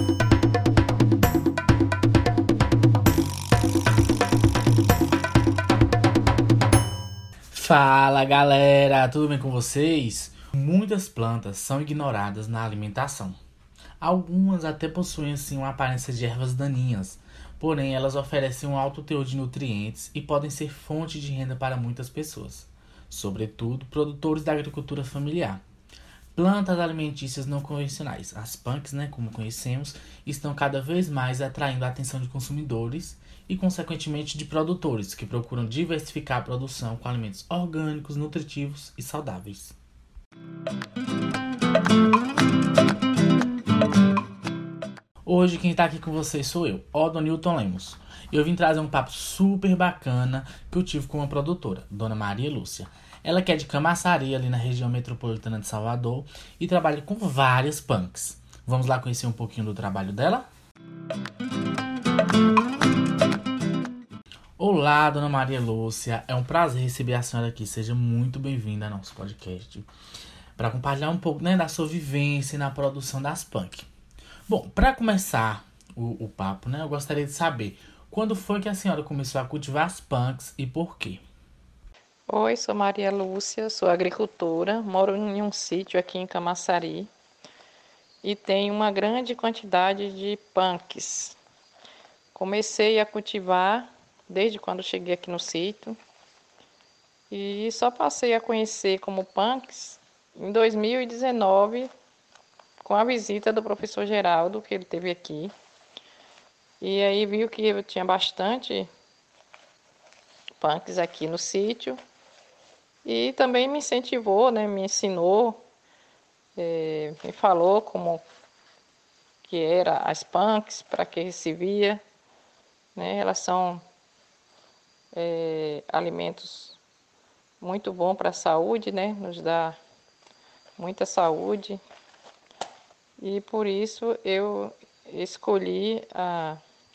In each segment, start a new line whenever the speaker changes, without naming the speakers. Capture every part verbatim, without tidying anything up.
Fala galera, tudo bem com vocês? Muitas plantas são ignoradas na alimentação. Algumas até possuem assim uma aparência de ervas daninhas, porém elas oferecem um alto teor de nutrientes e podem ser fonte de renda para muitas pessoas, sobretudo produtores da agricultura familiar. Plantas alimentícias não convencionais, as punks, né, como conhecemos, estão cada vez mais atraindo a atenção de consumidores e, consequentemente, de produtores que procuram diversificar a produção com alimentos orgânicos, nutritivos e saudáveis. Hoje quem está aqui com vocês sou eu, Odonilton Lemos. E eu vim trazer um papo super bacana que eu tive com uma produtora, Dona Maria Lúcia. Ela que é de Camaçari, ali na região metropolitana de Salvador, e trabalha com várias punks. Vamos lá conhecer um pouquinho do trabalho dela? Olá, Dona Maria Lúcia. É um prazer receber a senhora aqui. Seja muito bem-vinda ao nosso podcast para compartilhar um pouco, né, da sua vivência na produção das punk. Bom, para começar o, o papo, né, eu gostaria de saber quando foi que a senhora começou a cultivar as punks e por quê?
Oi, sou Maria Lúcia, sou agricultora, moro em um sítio aqui em Camaçari e tenho uma grande quantidade de punks. Comecei a cultivar desde quando cheguei aqui no sítio e só passei a conhecer como punks em dois mil e dezenove com a visita do professor Geraldo, que ele teve aqui. E aí viu que eu tinha bastante punks aqui no sítio. E também me incentivou, né, me ensinou, é, me falou como que era as punks, para que servia, né, elas são é, alimentos muito bons para a saúde, né, nos dá muita saúde e por isso eu escolhi a,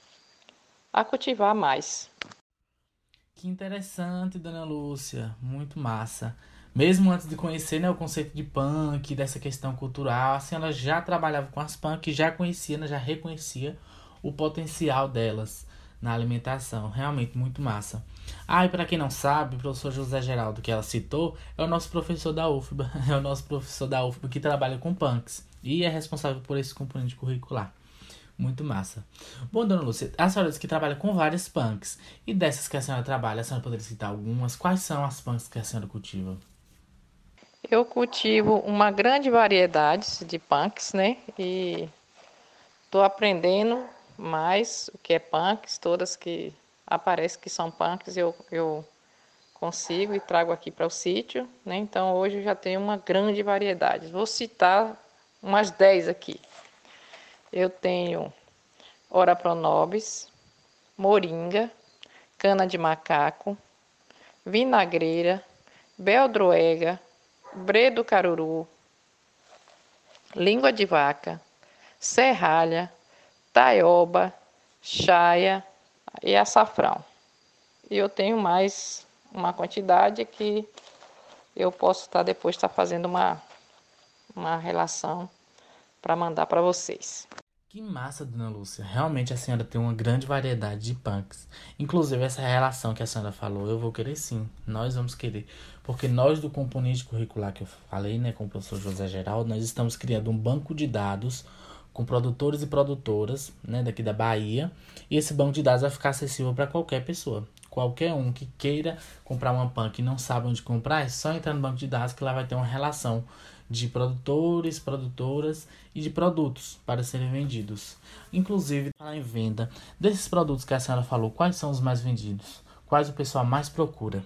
a cultivar mais.
Que interessante, Dona Lúcia. Muito massa. Mesmo antes de conhecer, né, o conceito de punk, dessa questão cultural, a senhora já trabalhava com as punk, já conhecia, né, já reconhecia o potencial delas na alimentação. Realmente muito massa. Ah, e para quem não sabe, o professor José Geraldo, que ela citou, é o nosso professor da U F B A. É o nosso professor da U F B A que trabalha com punks e é responsável por esse componente curricular. Muito massa. Bom, Dona Lúcia, a senhora disse que trabalha com várias punks. E dessas que a senhora trabalha, a senhora poderia citar algumas? Quais são as punks que a senhora cultiva?
Eu cultivo uma grande variedade de punks, né, e estou aprendendo mais o que é punks, todas que aparecem que são punks, eu, eu consigo e trago aqui para o sítio, né? Então hoje eu já tenho uma grande variedade. Vou citar umas dez aqui. Eu tenho ora pronobis, moringa, cana de macaco, vinagreira, beldroega, bredo caruru, língua de vaca, serralha, taioba, chaia e açafrão. E eu tenho mais uma quantidade que eu posso estar depois estar fazendo uma, uma relação para mandar para vocês.
Que massa, Dona Lúcia. Realmente a senhora tem uma grande variedade de punks. Inclusive essa relação que a senhora falou, eu vou querer sim. Nós vamos querer. Porque nós do componente curricular que eu falei, né, com o professor José Geraldo, nós estamos criando um banco de dados com produtores e produtoras, né, daqui da Bahia. E esse banco de dados vai ficar acessível para qualquer pessoa. Qualquer um que queira comprar uma punk e não sabe onde comprar, é só entrar no banco de dados que lá vai ter uma relação de produtores, produtoras e de produtos para serem vendidos. Inclusive, falar em venda, desses produtos que a senhora falou, quais são os mais vendidos? Quais o pessoal mais procura?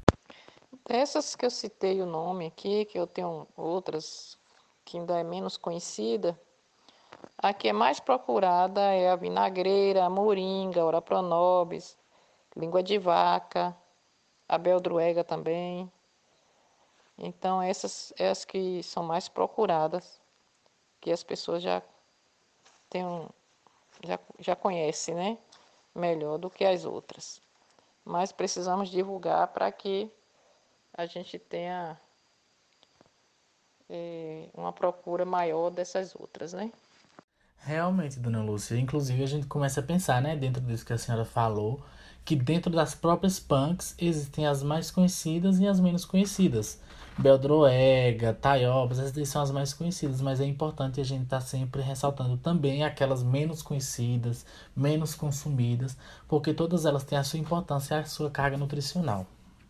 Dessas que eu citei o nome aqui, que eu tenho outras que ainda é menos conhecida, a que é mais procurada é a vinagreira, a moringa, a ora pronobis, língua de vaca, a beldroega também. Então essas é as que são mais procuradas, que as pessoas já têm um, já, já conhecem, né? Melhor do que as outras. Mas precisamos divulgar para que a gente tenha é, uma procura maior dessas outras, né?
Realmente, dona Lúcia. Inclusive, a gente começa a pensar, né, dentro disso que a senhora falou, que dentro das próprias punks existem as mais conhecidas e as menos conhecidas. Beldroega, Taiobas, essas daí são as mais conhecidas, mas é importante a gente estar sempre ressaltando também aquelas menos conhecidas, menos consumidas, porque todas elas têm a sua importância e a sua carga nutricional.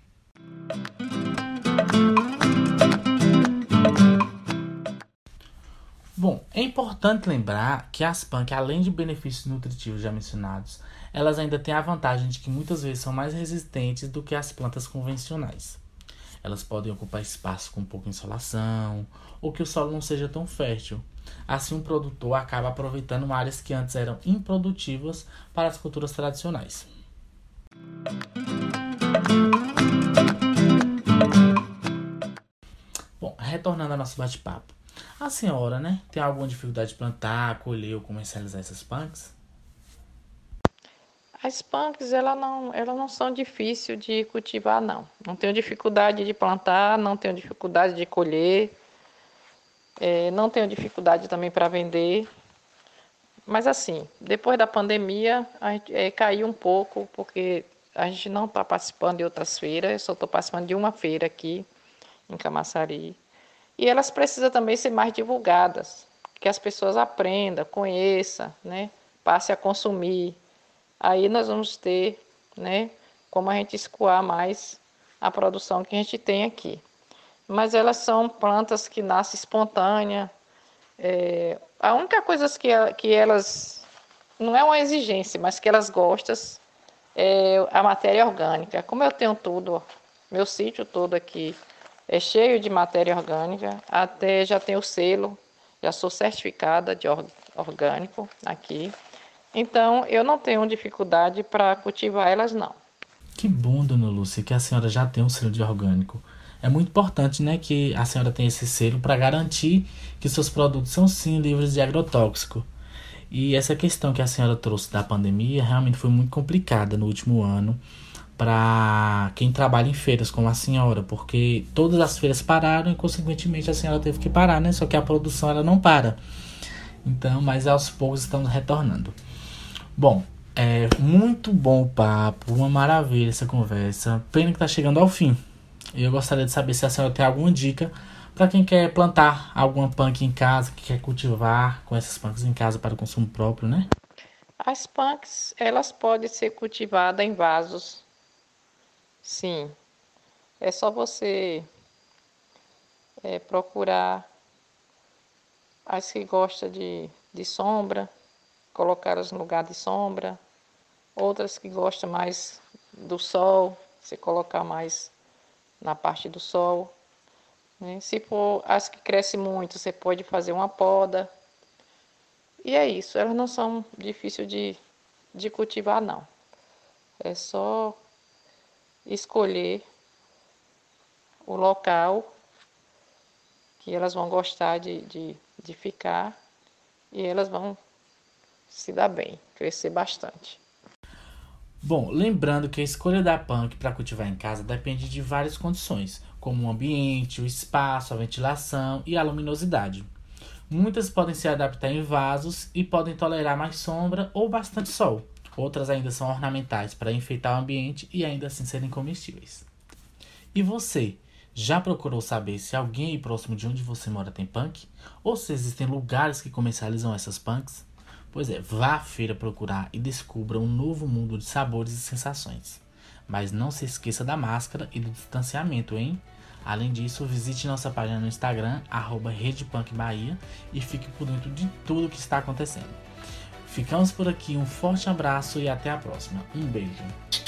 Bom, é importante lembrar que as punk, além de benefícios nutritivos já mencionados, elas ainda têm a vantagem de que muitas vezes são mais resistentes do que as plantas convencionais. Elas podem ocupar espaço com pouca insolação ou que o solo não seja tão fértil. Assim, o produtor acaba aproveitando áreas que antes eram improdutivas para as culturas tradicionais. Bom, retornando ao nosso bate-papo. A senhora, né, tem alguma dificuldade de plantar, colher ou comercializar essas punks?
As punks, ela não, elas não são difíceis de cultivar, não. Não tenho dificuldade de plantar, não tenho dificuldade de colher, é, não tenho dificuldade também para vender. Mas assim, depois da pandemia, a gente, é, caiu um pouco, porque a gente não está participando de outras feiras, eu só estou participando de uma feira aqui em Camaçari. E elas precisam também ser mais divulgadas, que as pessoas aprendam, conheçam, né? Passe a consumir. Aí nós vamos ter, né, como a gente escoar mais a produção que a gente tem aqui. Mas elas são plantas que nascem espontâneas. É, a única coisa que, que elas, não é uma exigência, mas que elas gostam, é a matéria orgânica. Como eu tenho tudo, meu sítio todo aqui é cheio de matéria orgânica, até já tenho selo, já sou certificada de orgânico aqui. Então, eu não tenho dificuldade para cultivar elas, não.
Que bom, dona Lúcia, que a senhora já tem um selo de orgânico. É muito importante, né, que a senhora tenha esse selo para garantir que seus produtos são sim livres de agrotóxico. E essa questão que a senhora trouxe da pandemia realmente foi muito complicada no último ano para quem trabalha em feiras como a senhora, porque todas as feiras pararam e consequentemente a senhora teve que parar, né? Só que a produção ela não para. Então, mas aos poucos estamos retornando. Bom, é muito bom o papo, uma maravilha essa conversa. Pena que está chegando ao fim. Eu gostaria de saber se a senhora tem alguma dica para quem quer plantar alguma punk em casa, que quer cultivar com essas punks em casa para consumo próprio, né?
As punks, elas podem ser cultivadas em vasos. Sim, é só você é, procurar as que gostam de, de sombra, colocá-las no lugar de sombra. Outras que gostam mais do sol, você colocar mais na parte do sol. Né? Se for as que crescem muito, você pode fazer uma poda. E é isso, elas não são difíceis de, de cultivar, não. É só escolher o local que elas vão gostar de, de, de ficar e elas vão se dar bem, crescer bastante.
Bom, lembrando que a escolha da punk para cultivar em casa depende de várias condições, como o ambiente, o espaço, a ventilação e a luminosidade. Muitas podem se adaptar em vasos e podem tolerar mais sombra ou bastante sol. Outras ainda são ornamentais para enfeitar o ambiente e ainda assim serem comestíveis. E você, já procurou saber se alguém aí próximo de onde você mora tem punk? Ou se existem lugares que comercializam essas punks? Pois é, vá à feira procurar e descubra um novo mundo de sabores e sensações. Mas não se esqueça da máscara e do distanciamento, hein? Além disso, visite nossa página no Instagram, arroba RedePunkBahia, e fique por dentro de tudo que está acontecendo. Ficamos por aqui, um forte abraço e até a próxima. Um beijo.